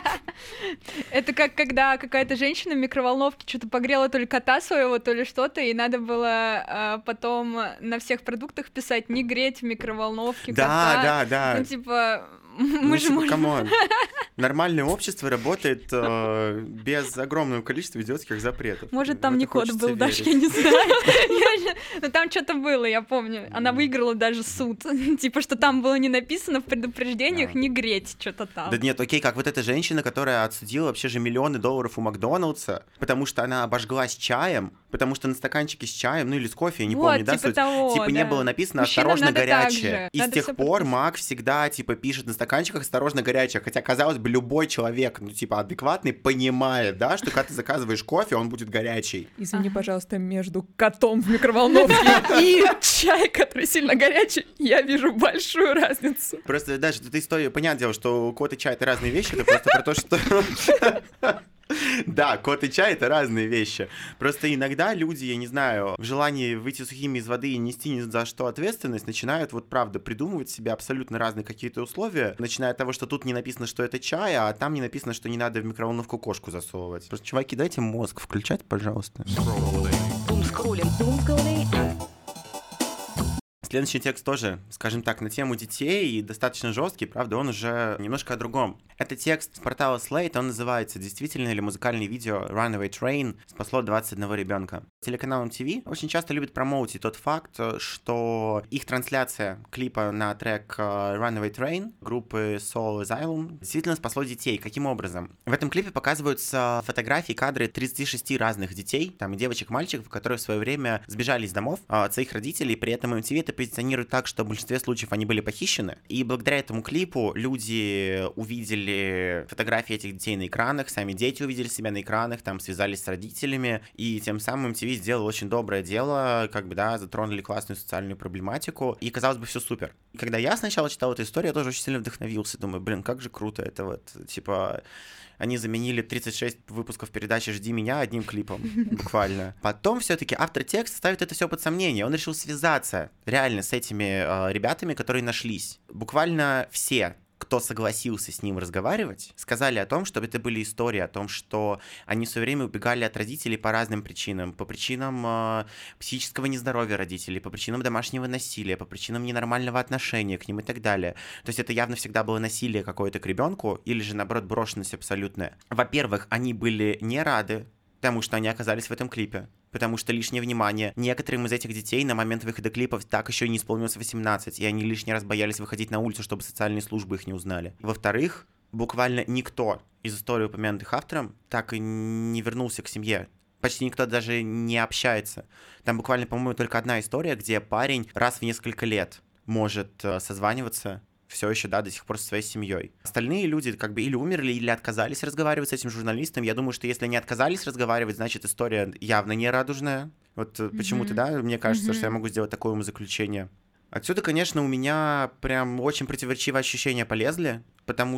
Это как когда какая-то женщина в микроволновке что-то погрела то ли кота своего, то ли что-то, и надо было э, потом на всех продуктах писать «не греть в микроволновке да, кота». Да, да, да. Ну, типа... Мы ну, же типа, можем... камон. Нормальное общество работает э, без огромного количества идиотских запретов. Может, там не код был, Даша, я не знаю. Но там что-то было, я помню. Она выиграла даже суд. Типа, что там было не написано в предупреждениях «не греть» что-то там. Да нет, окей, как вот эта женщина, которая отсудила вообще же миллионы долларов у Макдоналдса, потому что она обожглась чаем, потому что на стаканчике с чаем, ну или с кофе, я не помню, да, суть? Типа не было написано «осторожно, горячее». И с тех пор Мак всегда, типа, пишет на стаканчиках «осторожно, горячее». Хотя, казалось бы, любой человек, ну, типа, адекватный, понимает, да, что когда ты заказываешь кофе, он будет горячий. Извини, ага. пожалуйста, между котом в микроволновке и чай, который сильно горячий, я вижу большую разницу. Просто, даже эта история, понятное дело, что кот и чай — это разные вещи, это просто про то, что... Да, кот и чай — это разные вещи. Просто иногда люди, я не знаю, в желании выйти сухими из воды и нести ни за что ответственность, начинают вот правда придумывать себе абсолютно разные какие-то условия, начиная от того, что тут не написано, что это чай, а там не написано, что не надо в микроволновку кошку засовывать. Просто, чуваки, дайте мозг включать, пожалуйста. Следующий текст тоже, скажем так, на тему детей и достаточно жесткий, правда, он уже немножко о другом. Это текст с портала Slate, он называется «Действительно ли музыкальное видео Runaway Train спасло двадцать одного ребенка?». Телеканал эм ти ви очень часто любит промоутить тот факт, что их трансляция клипа на трек Runaway Train группы Soul Asylum действительно спасло детей. Каким образом? В этом клипе показываются фотографии, кадры тридцати шести разных детей, там и девочек, и мальчиков, которые в свое время сбежали из домов от своих родителей, при этом эм ти ви это позиционирует так, что в большинстве случаев они были похищены, и благодаря этому клипу люди увидели фотографии этих детей на экранах, сами дети увидели себя на экранах, там связались с родителями, и тем самым эм ти ви сделал очень доброе дело, как бы, да, затронули классную социальную проблематику, и, казалось бы, все супер. И когда я сначала читал эту историю, я тоже очень сильно вдохновился, думаю, блин, как же круто это вот, типа... Они заменили тридцать шесть выпусков передачи «Жди меня» одним клипом, буквально. Потом все-таки автор текста ставит это все под сомнение. Он решил связаться реально с этими э, ребятами, которые нашлись. Буквально все, кто согласился с ним разговаривать, сказали о том, что это были истории о том, что они все время убегали от родителей по разным причинам. По причинам э, психического нездоровья родителей, по причинам домашнего насилия, по причинам ненормального отношения к ним и так далее. То есть это явно всегда было насилие какое-то к ребенку, или же, наоборот, брошенность абсолютная. Во-первых, они были не рады тому, что они оказались в этом клипе, потому что лишнее внимание. Некоторым из этих детей на момент выхода клипов так еще и не исполнилось восемнадцать, и они лишний раз боялись выходить на улицу, чтобы социальные службы их не узнали. Во-вторых, буквально никто из историй, упомянутых автором, так и не вернулся к семье. Почти никто даже не общается. Там буквально, по-моему, только одна история, где парень раз в несколько лет может созваниваться все еще, да, до сих пор со своей семьей. Остальные люди как бы или умерли, или отказались разговаривать с этим журналистом. Я думаю, что если они отказались разговаривать, значит, история явно не радужная. Вот mm-hmm. почему-то, да, мне кажется, mm-hmm. что я могу сделать такое умозаключение. Отсюда, конечно, у меня прям очень противоречивые ощущения полезли, потому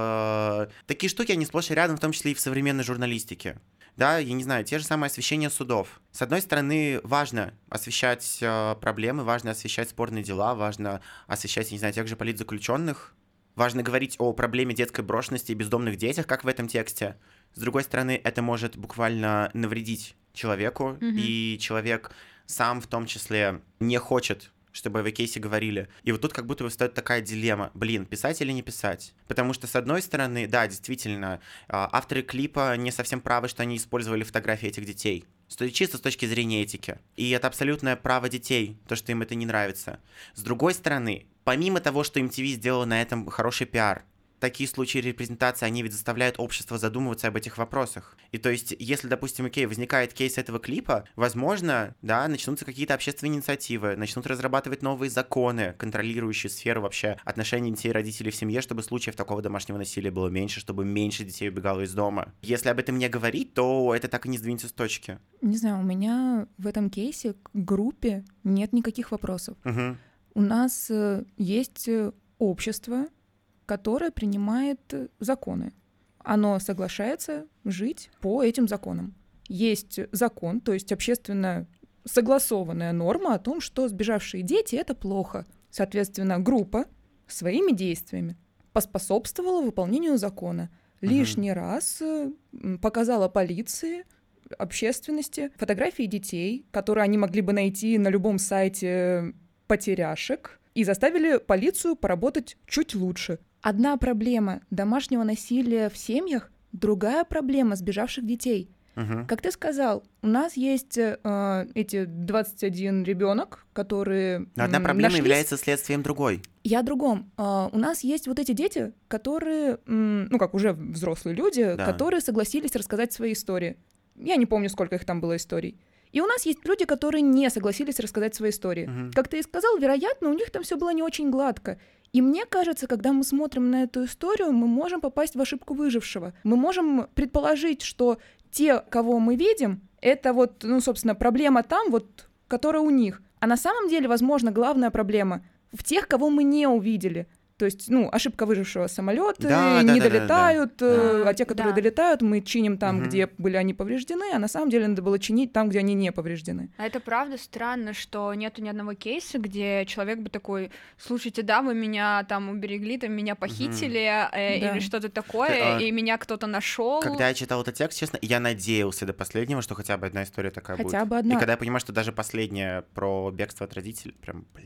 что такие штуки, они сплошь и рядом, в том числе и в современной журналистике. Да, я не знаю, те же самые освещения судов. С одной стороны, важно освещать э, проблемы, важно освещать спорные дела, важно освещать, я не знаю, тех же политзаключенных, важно говорить о проблеме детской брошенности и бездомных детях, как в этом тексте. С другой стороны, это может буквально навредить человеку, mm-hmm. и человек сам в том числе не хочет, чтобы в кейсе говорили. И вот тут как будто бы встает такая дилемма. Блин, писать или не писать? Потому что, с одной стороны, да, действительно, авторы клипа не совсем правы, что они использовали фотографии этих детей. Чисто с точки зрения этики. И это абсолютное право детей, то, что им это не нравится. С другой стороны, помимо того, что эм ти ви сделала на этом хороший пиар, такие случаи репрезентации, они ведь заставляют общество задумываться об этих вопросах. И то есть, если, допустим, окей, возникает кейс этого клипа, возможно, да, начнутся какие-то общественные инициативы, начнут разрабатывать новые законы, контролирующие сферу вообще отношений детей и родителей в семье, чтобы случаев такого домашнего насилия было меньше, чтобы меньше детей убегало из дома. Если об этом не говорить, то это так и не сдвинется с точки. Не знаю, у меня в этом кейсе к группе нет никаких вопросов. Угу. У нас есть общество, которое принимает законы. Оно соглашается жить по этим законам. Есть закон, то есть общественно согласованная норма о том, что сбежавшие дети — это плохо. Соответственно, группа своими действиями поспособствовала выполнению закона. Uh-huh. Лишний раз показала полиции, общественности фотографии детей, которые они могли бы найти на любом сайте потеряшек, и заставили полицию поработать чуть лучше. Одна проблема домашнего насилия в семьях, другая проблема сбежавших детей. Uh-huh. Как ты сказал, у нас есть э, эти двадцать один ребенок, которые Но одна проблема нашлись. Является следствием другой. Я о другом. Э, у нас есть вот эти дети, которые, м, ну как уже взрослые люди, да. которые согласились рассказать свои истории. Я не помню, сколько их там было историй. И у нас есть люди, которые не согласились рассказать свои истории. Uh-huh. Как ты и сказал, вероятно, у них там все было не очень гладко. И мне кажется, когда мы смотрим на эту историю, мы можем попасть в ошибку выжившего. Мы можем предположить, что те, кого мы видим, это вот, ну, собственно, проблема там, вот, которая у них. А на самом деле, возможно, главная проблема в тех, кого мы не увидели. То есть, ну, ошибка выжившего, самолеты да, не да, долетают, да, да, да. а те, которые да. долетают, мы чиним там, угу. где были они повреждены, а на самом деле надо было чинить там, где они не повреждены. А это правда странно, что нету ни одного кейса, где человек бы такой: слушайте, да, вы меня там уберегли, там меня похитили, угу. э, да. или что-то такое, Ты, и а... меня кто-то нашел. Когда я читал этот текст, честно, я надеялся до последнего, что хотя бы одна история такая хотя будет. Бы одна. И когда я понимаю, что даже последняя про бегство от родителей, прям, блин.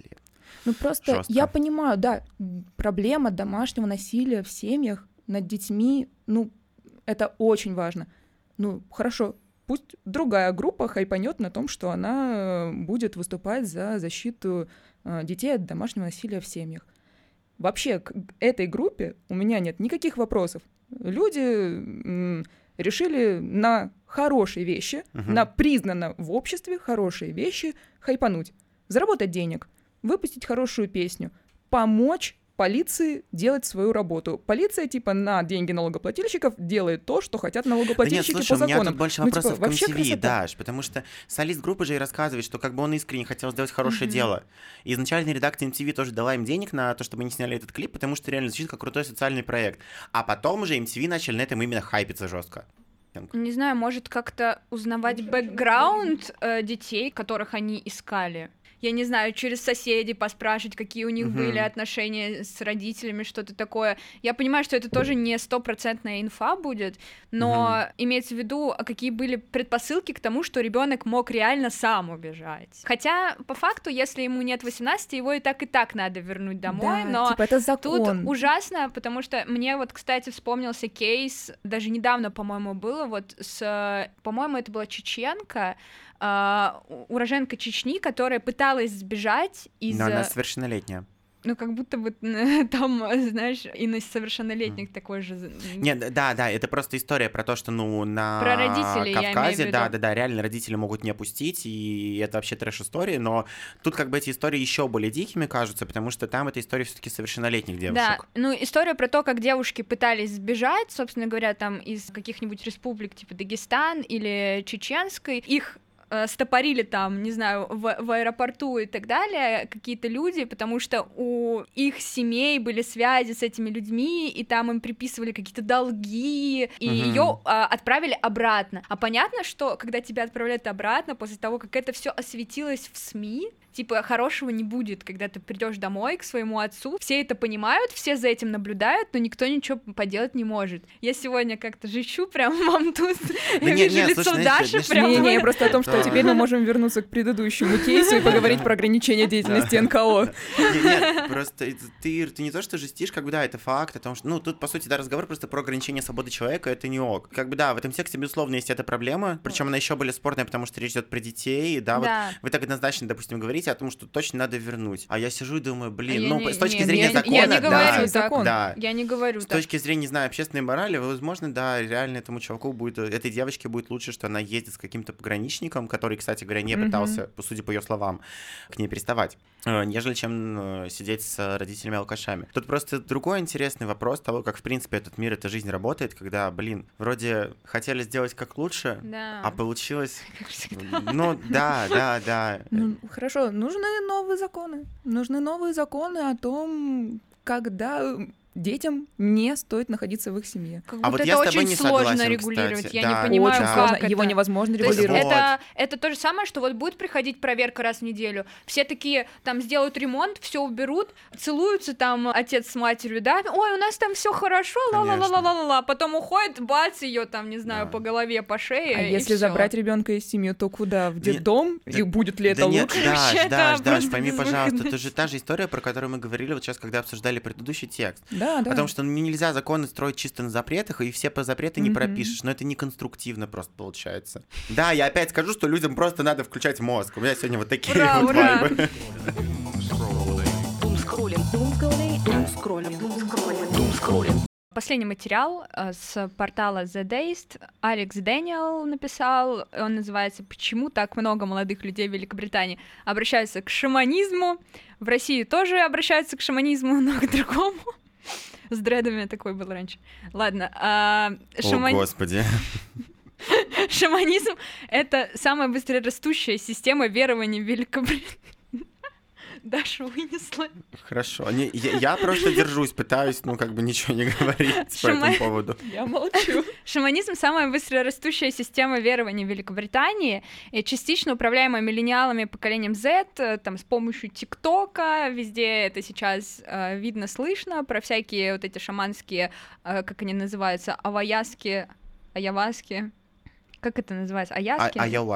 Ну просто Жестко. я понимаю, да, проблема домашнего насилия в семьях над детьми, ну, это очень важно. Ну, хорошо, пусть другая группа хайпанет на том, что она будет выступать за защиту э, детей от домашнего насилия в семьях. Вообще, к этой группе у меня нет никаких вопросов. Люди м, решили на хорошие вещи, Мгм. на признанно в обществе хорошие вещи хайпануть. Заработать денег, выпустить хорошую песню, помочь полиции делать свою работу. Полиция, типа, на деньги налогоплательщиков делает то, что хотят Да нет, налогоплательщики слушай, по у меня законам. тут больше Ну, типа, вопросов к вообще эм ти ви, красота. Даш, потому что солист группы же и рассказывает, что как бы он искренне хотел сделать хорошее Мгм. дело. И изначально редакция эм ти ви тоже дала им денег на то, чтобы они сняли этот клип, потому что реально звучит как крутой социальный проект. А потом уже эм ти ви начали на этом именно хайпиться жестко. Не знаю, может как-то узнавать бэкграунд э, детей, которых они искали. Я не знаю, через соседей поспрашивать, какие у них Мгм. были отношения с родителями, что-то такое. Я понимаю, что это тоже не стопроцентная инфа будет, но имеется в виду, а какие были предпосылки к тому, что ребенок мог реально сам убежать. Хотя, по факту, если ему нет восемнадцати, его и так и так надо вернуть домой, Да, но типа, это тут закон. ужасно, потому что мне вот, кстати, вспомнился кейс, даже недавно, по-моему, было, вот с, по-моему, это была чеченка, а, у- уроженка Чечни, которая пыталась сбежать из... Но она совершеннолетняя. Ну, как будто бы там, знаешь, и на совершеннолетних такой же... з- Нет, да, да, это просто история про то, что, ну, на Про родителей, я имею в Кавказе, виду. да, да, да, реально родители могут не опустить, и это вообще трэш-истории, но тут как бы эти истории еще более дикими кажутся, потому что там эта история все-таки совершеннолетних Да, девушек. ну, история про то, как девушки пытались сбежать, собственно говоря, там из каких-нибудь республик, типа Дагестан или Чеченской, их э, стопорили там, не знаю, в, в аэропорту и так далее, какие-то люди, потому что у их семей были связи с этими людьми, и там им приписывали какие-то долги, и Мгм. ее отправили обратно. А понятно, что когда тебя отправляют обратно, после того, как это все осветилось в СМИ, типа, хорошего не будет, когда ты придешь домой к своему отцу. Все это понимают, все за этим наблюдают, но никто ничего поделать не может. Я сегодня как-то жищу прям вам тут. Да Я не- вижу не, лицо слушай, Даши знаешь, прям. Не-не, просто о том, что Да. теперь мы можем вернуться к предыдущему кейсу и поговорить про ограничение деятельности эн ка о. Не- Нет, просто это ты, Ир, ты не то, что жестишь, как бы, да, это факт, о том, что, ну, тут, по сути, да, разговор просто про ограничение свободы человека, это не ок. Как бы, да, в этом тексте, безусловно, есть эта проблема, причем она еще более спорная, потому что речь идет про детей, да, вот Да. вы так однозначно, допустим, говорите о том, что точно надо вернуть. А я сижу и думаю, блин, Я ну, не- с точки не- зрения не- закона, я не да, говорю так. закон. да. Я не говорю С так. точки зрения, не знаю, общественной морали, возможно, да, реально этому чуваку будет, этой девочке будет лучше, что она ездит с каким-то пограничником, который, кстати говоря, не Мгм. пытался, судя по ее словам, к ней приставать, э, нежели чем э, сидеть с родителями-алкашами. Тут просто другой интересный вопрос того, как, в принципе, этот мир, эта жизнь работает, когда, блин, вроде хотели сделать как лучше, Да. а получилось... Как всегда. Ну, да, да, да. Ну, хорошо, нужны новые законы. Нужны новые законы о том, когда детям не стоит находиться в их семье. Как А будто вот это я с очень тобой не сложно согласен, регулировать. кстати. Я Да, не понимаю, Очень да. сложно, как его это. невозможно То есть регулировать. Вот. это, это то же самое, что вот будет приходить проверка раз в неделю. Все такие там сделают ремонт, все уберут, целуются там отец с матерью, да, ой, у нас там все хорошо, ла-ла-ла-ла-ла-ла, потом уходит, бац, ее там, не знаю, Да. по голове, по шее. А и если всё. забрать ребенка из семьи, то куда? В Нет, детдом? да- И будет ли это Да нет, лучше? Даш, Вообще, это Даш, Даш, просто пойми, пожалуйста, это безвыходно. же та же история, про которую мы говорили вот сейчас, когда обсуждали предыдущий текст. Да, да. Потому что ну, нельзя законы строить чисто на запретах, и все по запреты не Мгм. пропишешь, но это не конструктивно просто получается. Да, я опять скажу, что людям просто надо включать мозг. У меня сегодня вот такие Ура, вот ура. вайбы. Думскроллинг. Думскроллинг. Думскроллинг. Думскроллинг. Думскроллинг. Последний материал э, с портала The Dazed Алекс Дэниел написал, он называется «Почему так много молодых людей в Великобритании обращаются к шаманизму?» В России тоже обращаются к шаманизму, но к другому. С дредами такой был раньше. Ладно. а, О, шамани- господи. Шаманизм — это самая быстрорастущая система верований в Великобритании. Даша вынесла. Хорошо. Не, я, я просто держусь, пытаюсь, ну, как бы ничего не говорить по Шама- этому поводу. Я молчу. Шаманизм — самая быстрорастущая система верований в Великобритании, и частично управляемая миллениалами поколением Z, э, там, с помощью ТикТока, везде это сейчас э, видно, слышно, про всякие вот эти шаманские, э, как они называются, аваяски, аяваски, как это называется, А, аяски? а я ласка.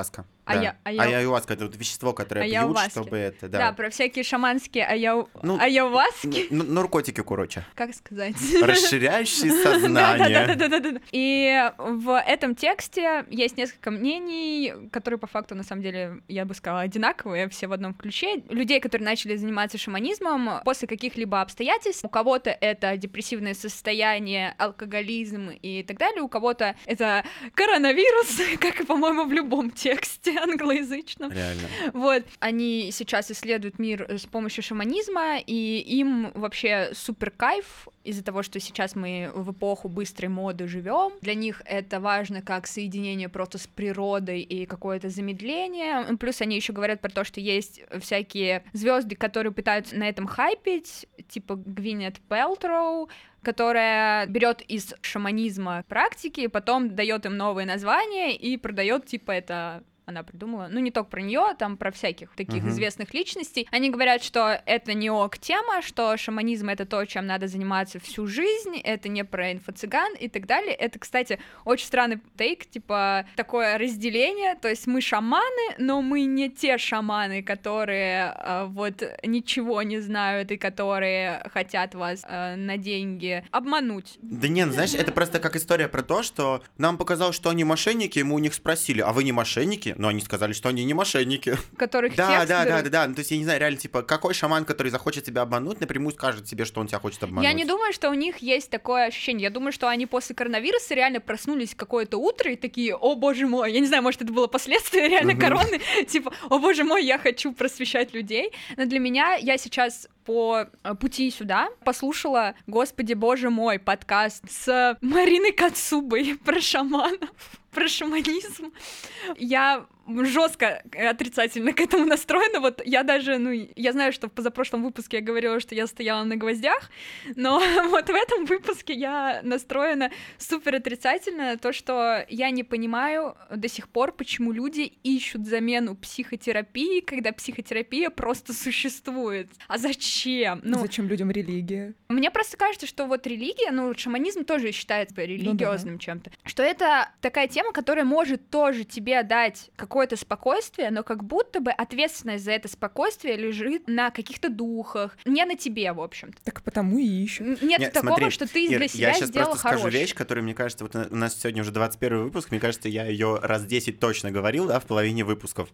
А да. я- а я- Аяhuаска — это вот вещество, которое пьют, Аяhuаски. чтобы это, Да, да. про всякие шаманские ая... Ну, аяhuаски. Ну, наркотики, короче. Как сказать? Расширяющие сознание. Да-да-да. И в этом тексте есть несколько мнений, которые по факту, на самом деле, я бы сказала, одинаковые, все в одном ключе. Людей, которые начали заниматься шаманизмом после каких-либо обстоятельств. У кого-то это депрессивное состояние, алкоголизм и так далее, у кого-то это коронавирус, как и, по-моему, в любом тексте англоязычном. Реально. Вот, они сейчас исследуют мир с помощью шаманизма, и им вообще супер кайф из-за того, что сейчас мы в эпоху быстрой моды живем. Для них это важно как соединение просто с природой и какое-то замедление. Плюс они еще говорят про то, что есть всякие звезды, которые пытаются на этом хайпить, типа Гвинет Пэлтроу, которая берет из шаманизма практики, и потом дает им новые названия и продает типа это. Она придумала, ну не только про нее, там про всяких таких uh-huh. известных личностей. Они говорят, что это не ок тема, что шаманизм — это то, чем надо заниматься всю жизнь, это не про инфо-цыган и так далее. Это, кстати, очень странный тейк, типа такое разделение, то есть мы шаманы, но мы не те шаманы, которые э, вот ничего не знают и которые хотят вас э, на деньги обмануть. Да не, ну, знаешь, это просто как история про то, что нам показалось, что они мошенники, и мы у них спросили, а вы не мошенники? Но они сказали, что они не мошенники. Которых да, текст да, берут. да, да, да. Ну, то есть, я не знаю, реально, типа, какой шаман, который захочет тебя обмануть, напрямую скажет тебе, что он тебя хочет обмануть. Я не думаю, что у них есть такое ощущение. Я думаю, что они после коронавируса реально проснулись какое-то утро и такие: о боже мой, я не знаю, может, это было последствие реально uh-huh. короны, типа, о боже мой, я хочу просвещать людей. Но для меня, я сейчас по пути сюда послушала, господи боже мой, подкаст с Мариной Кацубой про шаманов, про шаманизм. Я жестко отрицательно к этому настроена. Вот я даже, ну, я знаю, что в позапрошлом выпуске я говорила, что я стояла на гвоздях, но вот в этом выпуске я настроена супер отрицательно. То, что я не понимаю до сих пор, почему люди ищут замену психотерапии, когда психотерапия просто существует. А зачем? Ну, зачем людям религия? Мне просто кажется, что вот религия, ну, шаманизм тоже считается религиозным ну, да. чем-то, что это такая тема, которая может тоже тебе дать какое-то спокойствие, но как будто бы ответственность за это спокойствие лежит на каких-то духах, не на тебе, в общем-то. Так потому и ищут. Нет, Нет такого, смотри, что ты Ир, для себя я сейчас сделала просто хорошее. скажу вещь, которая, мне кажется, вот у нас сегодня уже двадцать первый выпуск, мне кажется, я ее раз десять точно говорил, да, в половине выпусков.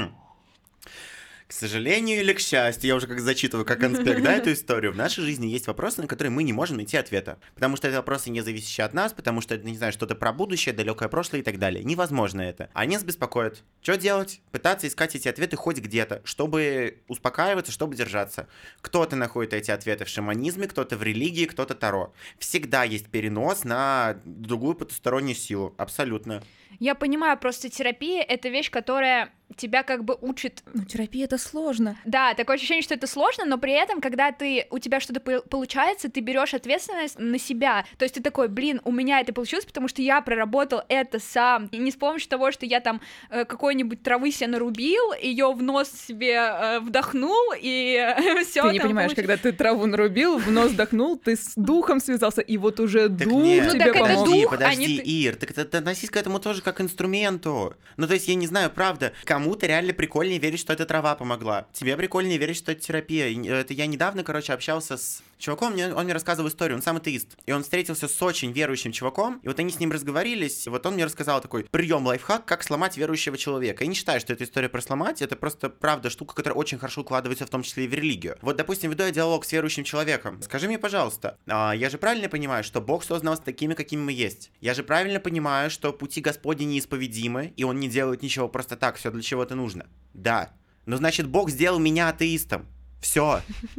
К сожалению или к счастью, я уже как зачитываю, как конспект, да, эту историю. В нашей жизни есть вопросы, на которые мы не можем найти ответа. Потому что это вопросы не зависящие от нас, потому что это, не знаю, что-то про будущее, далекое прошлое и так далее. Невозможно это. Они нас беспокоят. Что делать? Пытаться искать эти ответы хоть где-то, чтобы успокаиваться, чтобы держаться. Кто-то находит эти ответы в шаманизме, кто-то в религии, кто-то таро. Всегда есть перенос на другую потустороннюю силу. Абсолютно. Я понимаю, просто терапия — это вещь, которая тебя как бы учит... Ну, терапия — это сложно. Да, такое ощущение, что это сложно, но при этом, когда ты, у тебя что-то получается, ты берешь ответственность на себя. То есть ты такой: блин, у меня это получилось, потому что я проработал это сам. И не с помощью того, что я там э, какой-нибудь травы себе нарубил, ее в нос себе э, вдохнул, и э, все. Ты не понимаешь, получилось. Когда ты траву нарубил, в нос вдохнул, ты с духом связался, и вот уже так дух нет. тебе ну, так помог. Подожди, дух, подожди, а не... Ир, так это относись к этому тоже как к инструменту. Ну, то есть, я не знаю, правда, кому-то реально прикольнее верить, что эта трава помогла. Тебе прикольнее верить, что это терапия. Это я недавно, короче, общался с чуваком, мне, он мне рассказывал историю, он сам атеист. И он встретился с очень верующим чуваком, и вот они с ним разговорились, и вот он мне рассказал такой прием лайфхак, как сломать верующего человека. Я не считаю, что это история про сломать, это просто, правда, штука, которая очень хорошо укладывается в том числе и в религию. Вот, допустим, веду я диалог с верующим человеком. Скажи мне, пожалуйста, а, я же правильно понимаю, что Бог создал нас такими, какими мы есть? Я же правильно понимаю, что пути Господни неисповедимы, и Он не делает ничего просто так, все для чего-то нужно? Да. Ну, значит, Бог сделал меня атеистом. Все.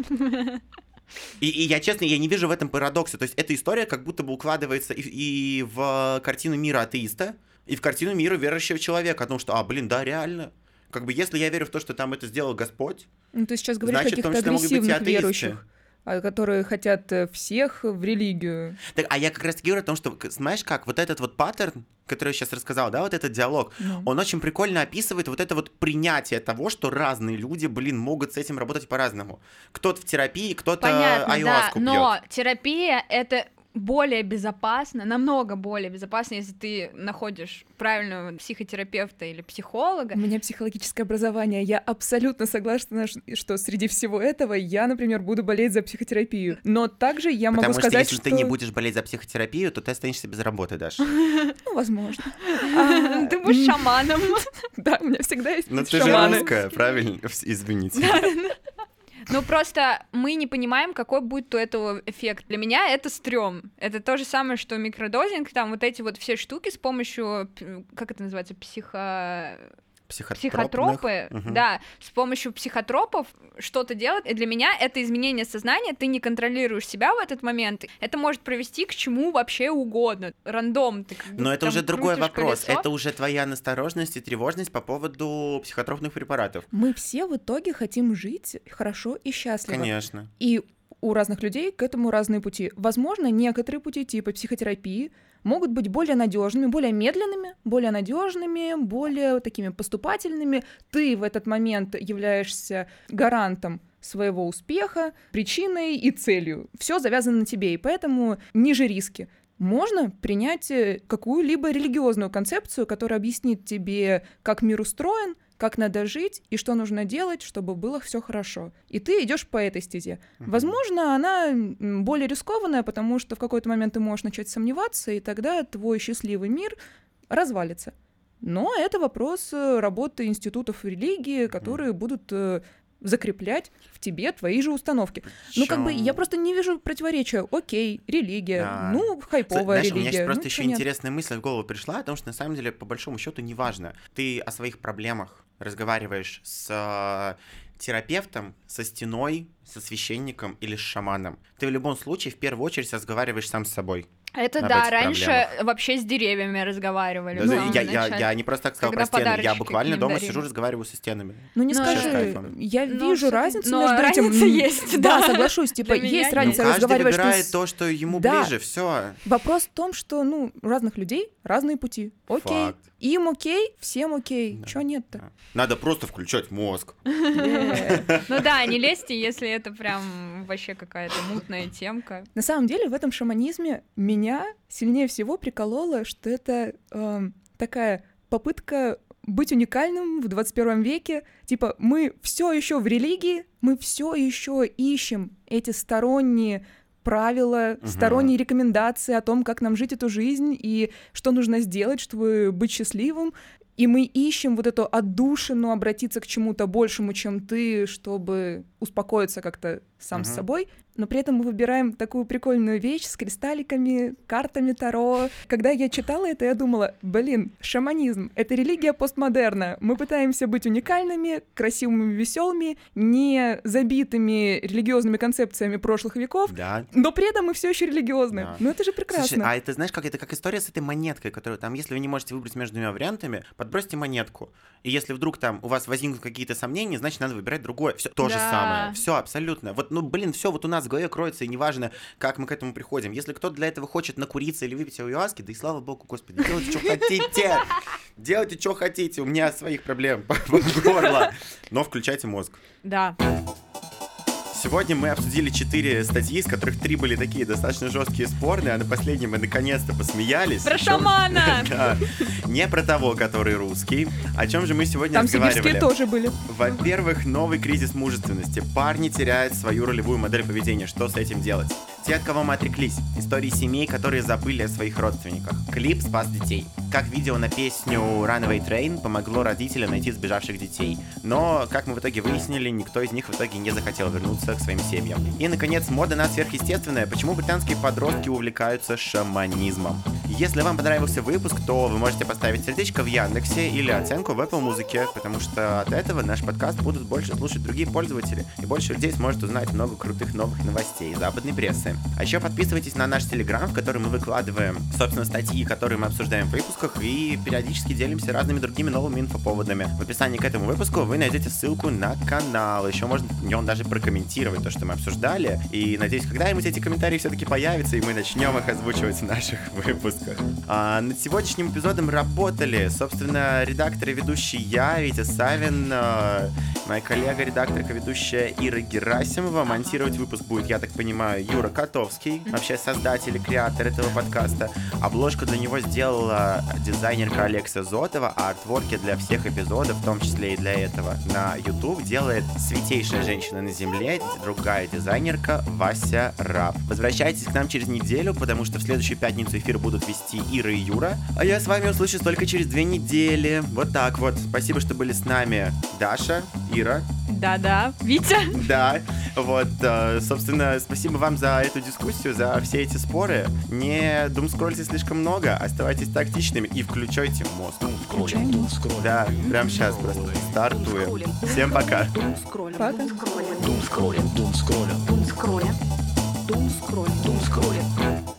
И, и я, честно, я не вижу в этом парадокса. То есть эта история как будто бы укладывается и, и в картину мира атеиста, и в картину мира верующего человека. О том, что, а, блин, да, реально. Как бы если я верю в то, что там это сделал Господь, ну, ты сейчас говоришь значит, в том каких-то числе могут быть и агрессивных атеисты. верующих, которые хотят всех в религию. Так, а я как раз говорю о том, что, знаешь как, вот этот вот паттерн, который я сейчас рассказал, да, вот этот диалог, ну. он очень прикольно описывает вот это вот принятие того, что разные люди, блин, могут с этим работать по-разному. Кто-то в терапии, кто-то Понятно, аюаску да, пьет. но терапия — это более безопасно, намного более безопасно, если ты находишь правильного психотерапевта или психолога. У меня психологическое образование, я абсолютно согласна, что среди всего этого я, например, буду болеть за психотерапию. Но также я могу Потому сказать, что если что... ты не будешь болеть за психотерапию, то ты останешься без работы, Даша. Ну, возможно. Ты будешь шаманом. Да, у меня всегда есть Но ты же шаманы. русская, правильно? Извините. Ну, просто мы не понимаем, какой будет у этого эффект. Для меня это стрём. Это то же самое, что микродозинг, там вот эти вот все штуки с помощью, как это называется, психо... Психотропы, угу. да, с помощью психотропов что-то делать, и для меня это изменение сознания, ты не контролируешь себя в этот момент, это может привести к чему вообще угодно, рандом. Ты Но это уже другой вопрос, колесо. Это уже твоя настороженность и тревожность по поводу психотропных препаратов. Мы все в итоге хотим жить хорошо и счастливо. Конечно. И у разных людей к этому разные пути. Возможно, некоторые пути типа психотерапии могут быть более надежными, более медленными, более надежными, более такими поступательными. Ты в этот момент являешься гарантом своего успеха, причиной и целью. Все завязано на тебе, и поэтому ниже риски. Можно принять какую-либо религиозную концепцию, которая объяснит тебе, как мир устроен, как надо жить и что нужно делать, чтобы было все хорошо. И ты идешь по этой стезе. Uh-huh. Возможно, она более рискованная, потому что в какой-то момент ты можешь начать сомневаться, и тогда твой счастливый мир развалится. Но это вопрос работы институтов религии, которые uh-huh. будут закреплять в тебе твои же установки. Причем... Ну, как бы, я просто не вижу противоречия. Окей, религия, а... ну, хайповая Знаешь, религия. У меня сейчас просто ну, еще понятно. интересная мысль в голову пришла, о том, что на самом деле, по большому счету, неважно. Ты о своих проблемах разговариваешь с терапевтом, со стеной, со священником или с шаманом. Ты в любом случае в первую очередь разговариваешь сам с собой. Это да, раньше проблемах. Вообще с деревьями разговаривали. Да, я, я, я не просто так сказал про стены, я буквально дома дарили. сижу, разговариваю со стенами. Ну не но... скажи, я но вижу разницу но между разница этим. есть, да. Да, соглашусь, типа есть разница ну, разговаривать. Каждый выбирает с... то, что ему да. ближе, все. Вопрос в том, что ну у разных людей разные пути. Окей, Факт. им окей, всем окей, да. чё нет-то? Да. Надо просто включать мозг. Ну да, не лезьте, если это прям вообще какая-то мутная темка. На самом деле в этом шаманизме меня сильнее всего прикололо, что это э, такая попытка быть уникальным в двадцать первом веке. Типа мы все еще в религии, мы все еще ищем эти сторонние правила, uh-huh. сторонние рекомендации о том, как нам жить эту жизнь и что нужно сделать, чтобы быть счастливым. И мы ищем вот эту отдушину, обратиться к чему-то большему, чем ты, чтобы успокоиться как-то сам uh-huh. с собой. Но при этом мы выбираем такую прикольную вещь с кристалликами, картами Таро. Когда я читала это, я думала, блин, шаманизм — это религия постмодерна. Мы пытаемся быть уникальными, красивыми, веселыми, не забитыми религиозными концепциями прошлых веков, да. но при этом мы все еще религиозны. Да. Ну это же прекрасно. Слушай, а это знаешь, как это как история с этой монеткой, которую там, если вы не можете выбрать между двумя вариантами, подбросьте монетку. И если вдруг там у вас возникнут какие-то сомнения, значит, надо выбирать другое. Все то да. же самое. Все абсолютно. Вот, ну, блин, все вот у нас в голове кроется, и неважно, как мы к этому приходим. Если кто-то для этого хочет накуриться или выпить аюаски, да и слава богу, господи, делайте, что хотите. Делайте, что хотите. У меня своих проблем по горло. Но включайте мозг. Да. Сегодня мы обсудили четыре статьи, из которых три были такие достаточно жесткие и спорные, а на последнем мы наконец-то посмеялись. Про шамана! Да. Не про того, который русский. О чем же мы сегодня Там разговаривали? сибирские тоже были. Во-первых, новый кризис мужественности. Парни теряют свою ролевую модель поведения. Что с этим делать? Те, от кого мы отреклись. Истории семей, которые забыли о своих родственниках. Клип спас детей. Как видео на песню Runaway Train помогло родителям найти сбежавших детей. Но, как мы в итоге выяснили, никто из них в итоге не захотел вернуться к своим семьям. И, наконец, мода на сверхъестественное. Почему британские подростки увлекаются шаманизмом? Если вам понравился выпуск, то вы можете поставить сердечко в Яндексе или оценку в Apple Музыке, потому что от этого наш подкаст будут больше слушать другие пользователи, и больше людей сможет узнать много крутых новых новостей западной прессы. А еще подписывайтесь на наш Телеграм, в котором мы выкладываем, собственно, статьи, которые мы обсуждаем в выпусках, и периодически делимся разными другими новыми инфоповодами. В описании к этому выпуску вы найдете ссылку на канал. Еще можно в нем даже прокомментировать то, что мы обсуждали. И надеюсь, когда-нибудь эти комментарии все-таки появятся, и мы начнем их озвучивать в наших выпусках. выпусках. А, над сегодняшним эпизодом работали, собственно, редактор и ведущий я, Витя Савин, а, моя коллега, редакторка, ведущая Ира Герасимова. Монтировать выпуск будет, я так понимаю, Юра Котовский, вообще создатель и креатор этого подкаста. Обложку для него сделала дизайнерка Алекса Зотова, а артворки для всех эпизодов, в том числе и для этого, на YouTube делает святейшая женщина на земле, другая дизайнерка Вася Раб. Возвращайтесь к нам через неделю, потому что в следующую пятницу эфир будут вести Ира и Юра, а я с вами услышусь только через две недели. Вот так вот. Спасибо, что были с нами Даша, Ира. Да-да, Витя. Да, вот, собственно, спасибо вам за эту дискуссию, за все эти споры. Не думскролльте слишком много, оставайтесь тактичными и включайте мозг. Думскроллим, думскроллим. Да, прямо сейчас просто стартуем. Всем пока. Думскроллим. Пока. Думскроллим. Думскроллим, думскроллим. Думскроллим. Думскроллим. Думскроллим.